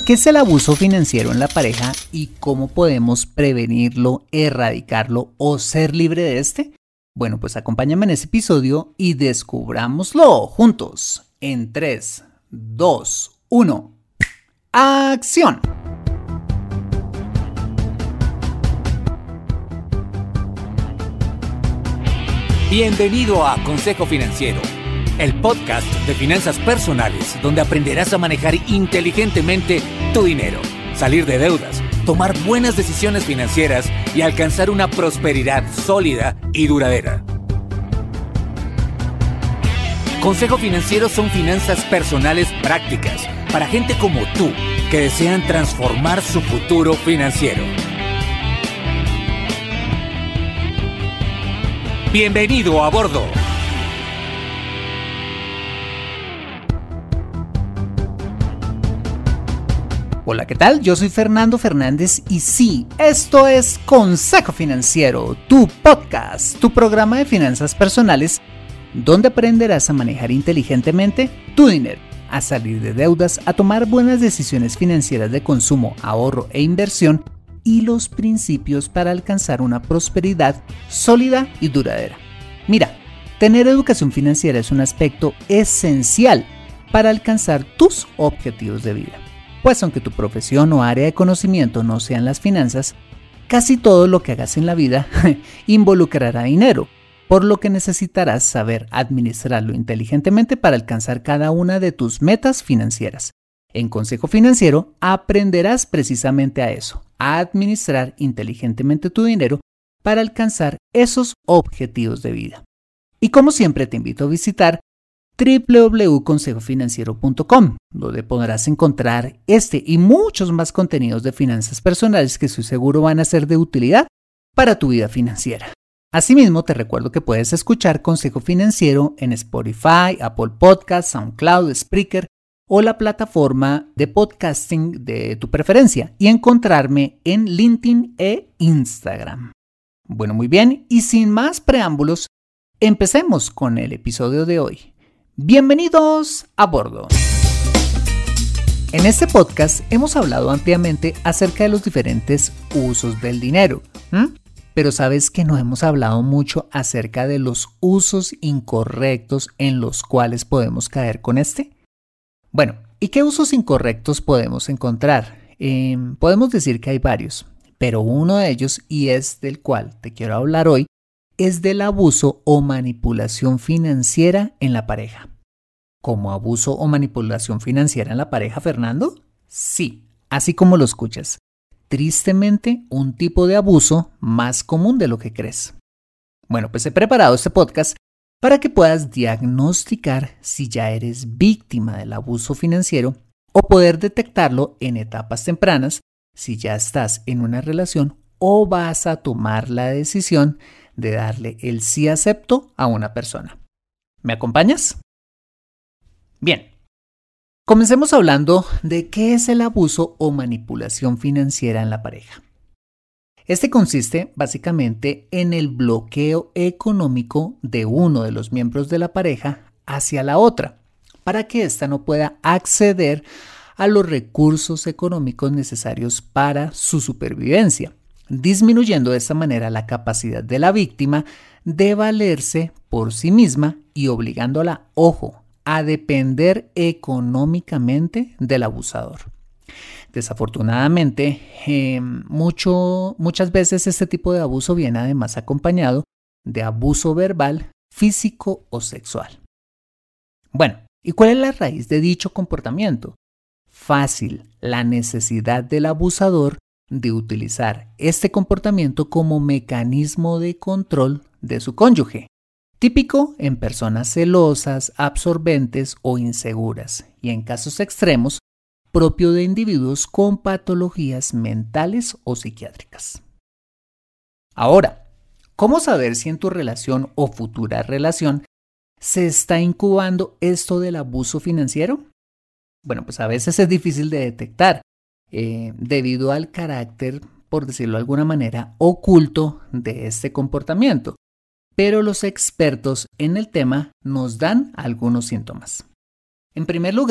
¿Qué es el abuso financiero en la pareja y cómo podemos prevenirlo, erradicarlo o ser libre de este? Bueno, pues acompáñame en este episodio y descubrámoslo juntos en 3, 2, 1. ¡Acción! Bienvenido a Consejo Financiero, el podcast de finanzas personales donde aprenderás a manejar inteligentemente tu dinero, salir de deudas, tomar buenas decisiones financieras y alcanzar una prosperidad sólida y duradera. Consejo Financiero son finanzas personales prácticas para gente como tú que desean transformar su futuro financiero. Bienvenido a bordo. Hola, ¿qué tal? Yo soy Fernando Fernández y sí, esto es Consejo Financiero, tu podcast, tu programa de finanzas personales, donde aprenderás a manejar inteligentemente tu dinero, a salir de deudas, a tomar buenas decisiones financieras de consumo, ahorro e inversión y los principios para alcanzar una prosperidad sólida y duradera. Mira, tener educación financiera es un aspecto esencial para alcanzar tus objetivos de vida. Pues aunque tu profesión o área de conocimiento no sean las finanzas, casi todo lo que hagas en la vida involucrará dinero, por lo que necesitarás saber administrarlo inteligentemente para alcanzar cada una de tus metas financieras. En Consejo Financiero aprenderás precisamente a eso, a administrar inteligentemente tu dinero para alcanzar esos objetivos de vida. Y como siempre te invito a visitar www.consejofinanciero.com, donde podrás encontrar este y muchos más contenidos de finanzas personales que estoy seguro van a ser de utilidad para tu vida financiera. Asimismo, te recuerdo que puedes escuchar Consejo Financiero en Spotify, Apple Podcasts, SoundCloud, Spreaker o la plataforma de podcasting de tu preferencia y encontrarme en LinkedIn e Instagram. Bueno, muy bien, y sin más preámbulos, empecemos con el episodio de hoy. Bienvenidos a bordo. En este podcast hemos hablado ampliamente acerca de los diferentes usos del dinero, pero ¿sabes que no hemos hablado mucho acerca de los usos incorrectos en los cuales podemos caer con este? Bueno, ¿y qué usos incorrectos podemos encontrar? Podemos decir que hay varios, pero uno de ellos, y es del cual te quiero hablar hoy, es del abuso o manipulación financiera en la pareja. ¿Cómo abuso o manipulación financiera en la pareja, Fernando? Sí, así como lo escuchas. Tristemente, un tipo de abuso más común de lo que crees. Bueno, pues he preparado este podcast para que puedas diagnosticar si ya eres víctima del abuso financiero o poder detectarlo en etapas tempranas si ya estás en una relación o vas a tomar la decisión de darle el sí acepto a una persona. ¿Me acompañas? Bien, comencemos hablando de qué es el abuso o manipulación financiera en la pareja. Este consiste básicamente en el bloqueo económico de uno de los miembros de la pareja hacia la otra, para que ésta no pueda acceder a los recursos económicos necesarios para su supervivencia, disminuyendo de esta manera la capacidad de la víctima de valerse por sí misma y obligándola, ojo, a depender económicamente del abusador. Desafortunadamente, muchas veces este tipo de abuso viene además acompañado de abuso verbal, físico o sexual. Bueno, ¿y cuál es la raíz de dicho comportamiento? Fácil, la necesidad del abusador de utilizar este comportamiento como mecanismo de control de su cónyuge, típico en personas celosas, absorbentes o inseguras, y en casos extremos, propio de individuos con patologías mentales o psiquiátricas. Ahora, ¿cómo saber si en tu relación o futura relación se está incubando esto del abuso financiero? Bueno, pues a veces es difícil de detectar debido al carácter, por decirlo de alguna manera, oculto de este comportamiento. Pero los expertos en el tema nos dan algunos síntomas. En primer lugar,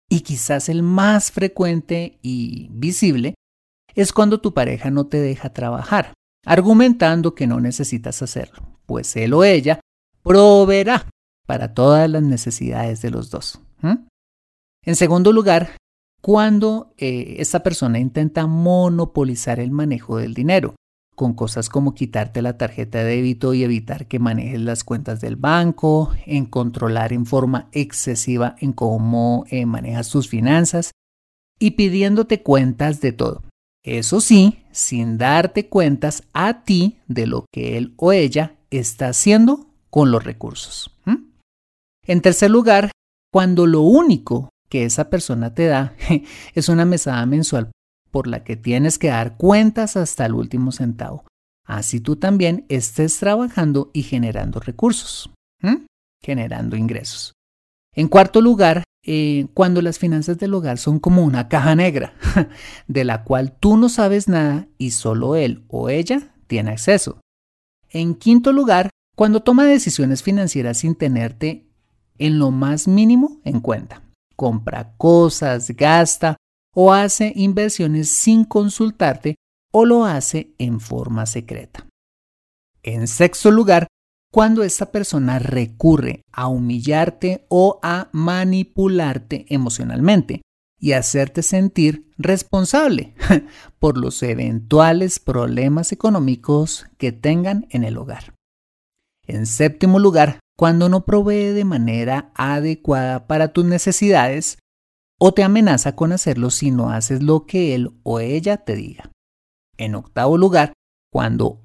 y quizás el más frecuente y visible, es cuando tu pareja no te deja trabajar, argumentando que no necesitas hacerlo, pues él o ella proveerá para todas las necesidades de los dos. En segundo lugar, cuando esta persona intenta monopolizar el manejo del dinero, con cosas como quitarte la tarjeta de débito y evitar que manejes las cuentas del banco, en controlar en forma excesiva en cómo manejas tus finanzas y pidiéndote cuentas de todo. Eso sí, sin darte cuentas a ti de lo que él o ella está haciendo con los recursos. En tercer lugar, cuando lo único que esa persona te da es una mesada mensual por la que tienes que dar cuentas hasta el último centavo. Así tú también estés trabajando y generando recursos, generando ingresos. En cuarto lugar, cuando las finanzas del hogar son como una caja negra, de la cual tú no sabes nada y solo él o ella tiene acceso. En quinto lugar, cuando toma decisiones financieras sin tenerte en lo más mínimo en cuenta. Compra cosas, gasta o hace inversiones sin consultarte o lo hace en forma secreta. En sexto lugar, cuando esta persona recurre a humillarte o a manipularte emocionalmente y hacerte sentir responsable por los eventuales problemas económicos que tengan en el hogar. En séptimo lugar, cuando no provee de manera adecuada para tus necesidades o te amenaza con hacerlo si no haces lo que él o ella te diga. En octavo lugar, cuando,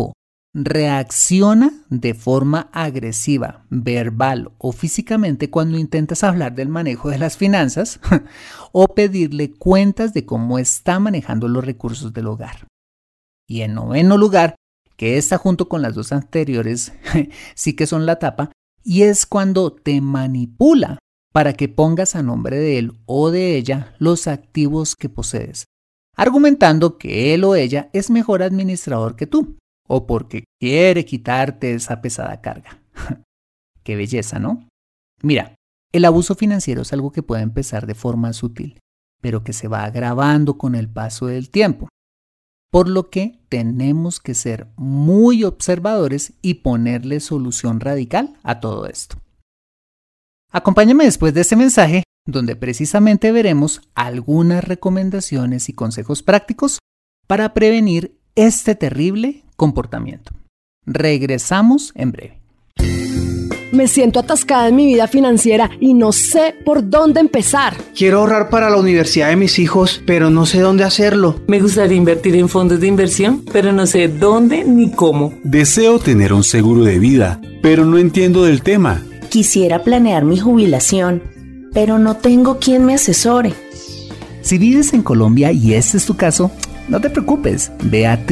reacciona de forma agresiva, verbal o físicamente cuando intentas hablar del manejo de las finanzas o pedirle cuentas de cómo está manejando los recursos del hogar. Y en noveno lugar, que está junto con las dos anteriores, sí que son la tapa, y es cuando te manipula para que pongas a nombre de él o de ella los activos que posees, argumentando que él o ella es mejor administrador que tú, o porque quiere quitarte esa pesada carga. Qué belleza, ¿no? Mira, el abuso financiero es algo que puede empezar de forma sutil, pero que se va agravando con el paso del tiempo. Por lo que tenemos que ser muy observadores y ponerle solución radical a todo esto. Acompáñame después de este mensaje, donde precisamente veremos algunas recomendaciones y consejos prácticos para prevenir este terrible comportamiento. Regresamos en breve. Me siento atascada en mi vida financiera y no sé por dónde empezar. Quiero ahorrar para la universidad de mis hijos, pero no sé dónde hacerlo. Me gustaría invertir en fondos de inversión, pero no sé dónde ni cómo. Deseo tener un seguro de vida, pero no entiendo del tema. Quisiera planear mi jubilación, pero no tengo quien me asesore. Si vives en Colombia y este es tu caso, no te preocupes, ve a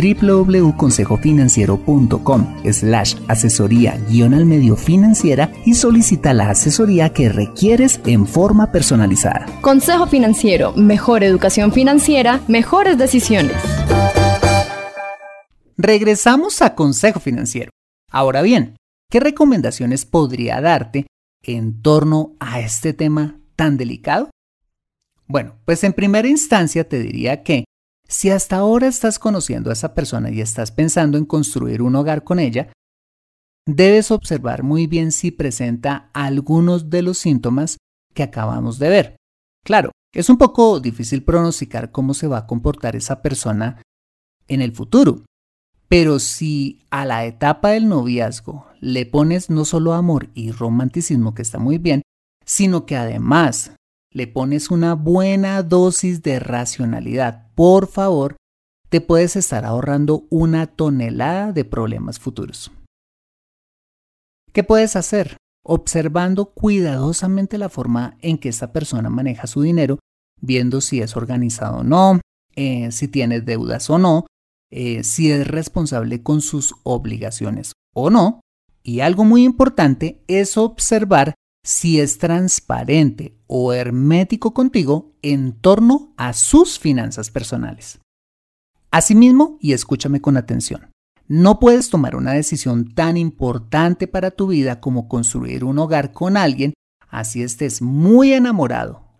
www.consejofinanciero.com/asesoría-al-medio financiera y solicita la asesoría que requieres en forma personalizada. Consejo Financiero, mejor educación financiera, mejores decisiones. Regresamos a Consejo Financiero. Ahora bien, ¿qué recomendaciones podría darte en torno a este tema tan delicado? Bueno, pues en primera instancia te diría que si hasta ahora estás conociendo a esa persona y estás pensando en construir un hogar con ella, debes observar muy bien si presenta algunos de los síntomas que acabamos de ver. Claro, es un poco difícil pronosticar cómo se va a comportar esa persona en el futuro, pero si a la etapa del noviazgo le pones no solo amor y romanticismo, que está muy bien, sino que además le pones una buena dosis de racionalidad, por favor, te puedes estar ahorrando una tonelada de problemas futuros. ¿Qué puedes hacer? Observando cuidadosamente la forma en que esta persona maneja su dinero, viendo si es organizado o no, si tiene deudas o no, si es responsable con sus obligaciones o no. Y algo muy importante es observar si es transparente o hermético contigo en torno a sus finanzas personales. Asimismo, y escúchame con atención, no puedes tomar una decisión tan importante para tu vida como construir un hogar con alguien, así estés muy enamorado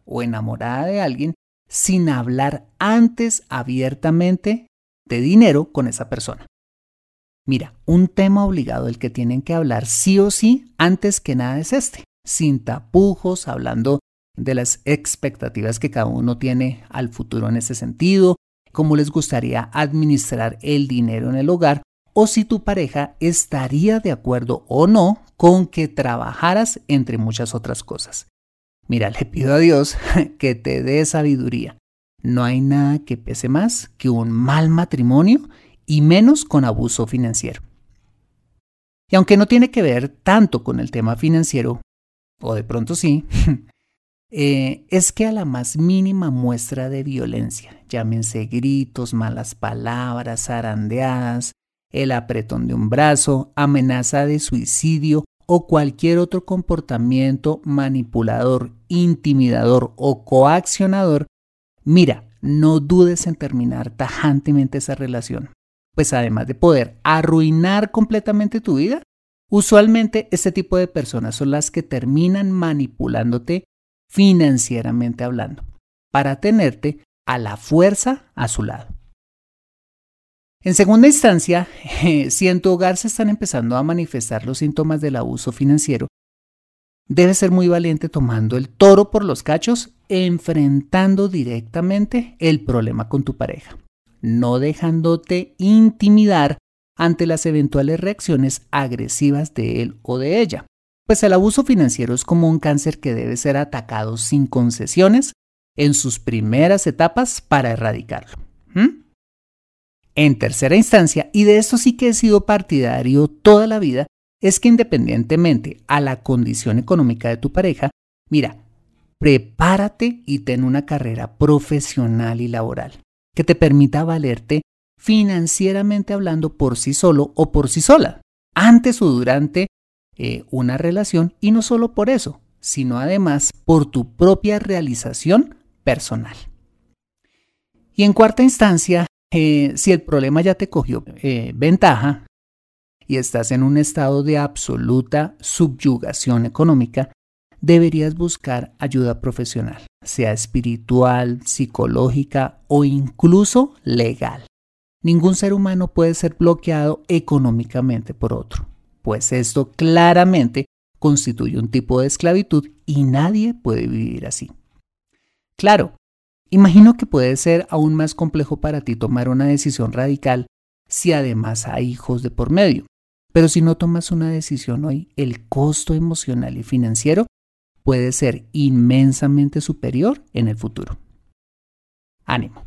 o enamorada de alguien sin hablar antes abiertamente de dinero con esa persona. Mira, un tema obligado del que tienen que hablar sí o sí antes que nada es este, sin tapujos, hablando de las expectativas que cada uno tiene al futuro en ese sentido, cómo les gustaría administrar el dinero en el hogar o si tu pareja estaría de acuerdo o no con que trabajaras, entre muchas otras cosas. Mira, le pido a Dios que te dé sabiduría. No hay nada que pese más que un mal matrimonio y menos con abuso financiero. Y aunque no tiene que ver tanto con el tema financiero, o de pronto sí, es que a la más mínima muestra de violencia, llámense gritos, malas palabras, zarandeadas, el apretón de un brazo, amenaza de suicidio o cualquier otro comportamiento manipulador, intimidador o coaccionador, mira, no dudes en terminar tajantemente esa relación. Pues además de poder arruinar completamente tu vida, usualmente este tipo de personas son las que terminan manipulándote financieramente hablando, para tenerte a la fuerza a su lado. En segunda instancia, si en tu hogar se están empezando a manifestar los síntomas del abuso financiero, debes ser muy valiente tomando el toro por los cachos, enfrentando directamente el problema con tu pareja, no dejándote intimidar ante las eventuales reacciones agresivas de él o de ella. Pues el abuso financiero es como un cáncer que debe ser atacado sin concesiones en sus primeras etapas para erradicarlo. En tercera instancia, y de esto sí que he sido partidario toda la vida, es que independientemente a la condición económica de tu pareja, mira, prepárate y ten una carrera profesional y laboral que te permita valerte financieramente hablando por sí solo o por sí sola, antes o durante una relación, y no solo por eso, sino además por tu propia realización personal. Y en cuarta instancia, si el problema ya te cogió ventaja y estás en un estado de absoluta subyugación económica, deberías buscar ayuda profesional, sea espiritual, psicológica o incluso legal. Ningún ser humano puede ser bloqueado económicamente por otro, pues esto claramente constituye un tipo de esclavitud y nadie puede vivir así. Claro, imagino que puede ser aún más complejo para ti tomar una decisión radical si además hay hijos de por medio, pero si no tomas una decisión hoy, el costo emocional y financiero puede ser inmensamente superior en el futuro. Ánimo.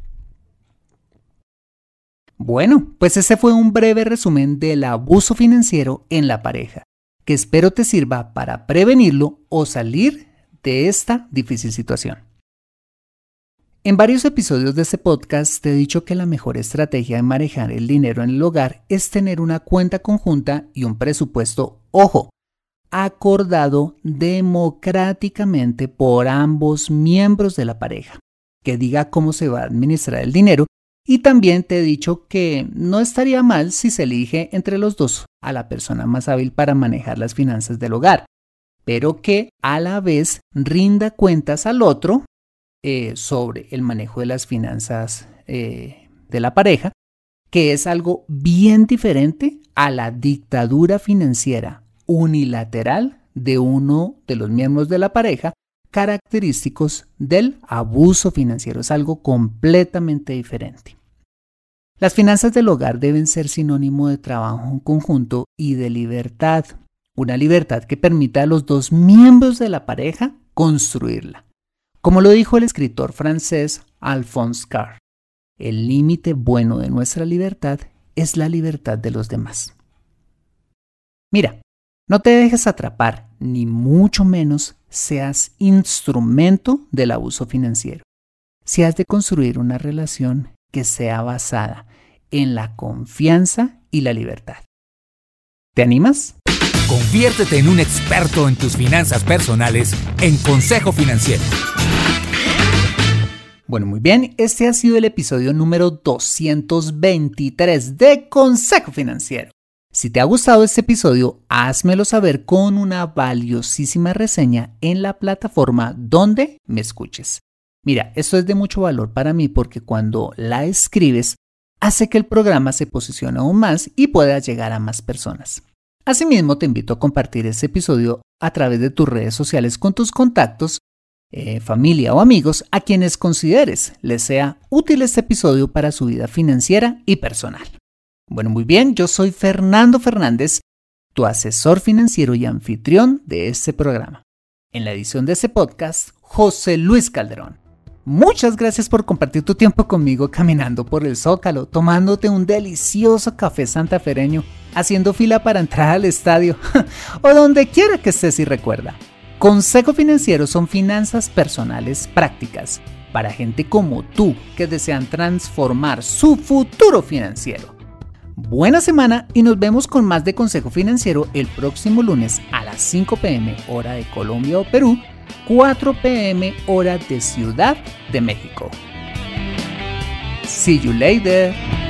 Bueno, pues ese fue un breve resumen del abuso financiero en la pareja, que espero te sirva para prevenirlo o salir de esta difícil situación. En varios episodios de este podcast te he dicho que la mejor estrategia de manejar el dinero en el hogar es tener una cuenta conjunta y un presupuesto, ojo, acordado democráticamente por ambos miembros de la pareja, que diga cómo se va a administrar el dinero. Y también te he dicho que no estaría mal si se elige entre los dos a la persona más hábil para manejar las finanzas del hogar, pero que a la vez rinda cuentas al otro sobre el manejo de las finanzas de la pareja, que es algo bien diferente a la dictadura financiera unilateral de uno de los miembros de la pareja, característicos del abuso financiero. Es algo completamente diferente. Las finanzas del hogar deben ser sinónimo de trabajo en conjunto y de libertad. Una libertad que permita a los dos miembros de la pareja construirla. Como lo dijo el escritor francés Alphonse Karr, el límite bueno de nuestra libertad es la libertad de los demás. Mira, no te dejes atrapar, ni mucho menos seas instrumento del abuso financiero. Si has de construir una relación que sea basada en la confianza y la libertad. ¿Te animas? Conviértete en un experto en tus finanzas personales en Consejo Financiero. Bueno, muy bien, este ha sido el episodio número 223 de Consejo Financiero. Si te ha gustado este episodio, házmelo saber con una valiosísima reseña en la plataforma donde me escuches. Mira, esto es de mucho valor para mí porque cuando la escribes, hace que el programa se posicione aún más y pueda llegar a más personas. Asimismo, te invito a compartir este episodio a través de tus redes sociales con tus contactos, familia o amigos a quienes consideres les sea útil este episodio para su vida financiera y personal. Bueno, muy bien, yo soy Fernando Fernández, tu asesor financiero y anfitrión de este programa. En la edición de este podcast, José Luis Calderón. Muchas gracias por compartir tu tiempo conmigo caminando por el Zócalo, tomándote un delicioso café santafereño, haciendo fila para entrar al estadio o donde quiera que estés y recuerda. Consejo Financiero son finanzas personales prácticas para gente como tú que desean transformar su futuro financiero. Buena semana y nos vemos con más de Consejo Financiero el próximo lunes a las 5 p.m. hora de Colombia o Perú, 4 p.m. hora de Ciudad de México. See you later.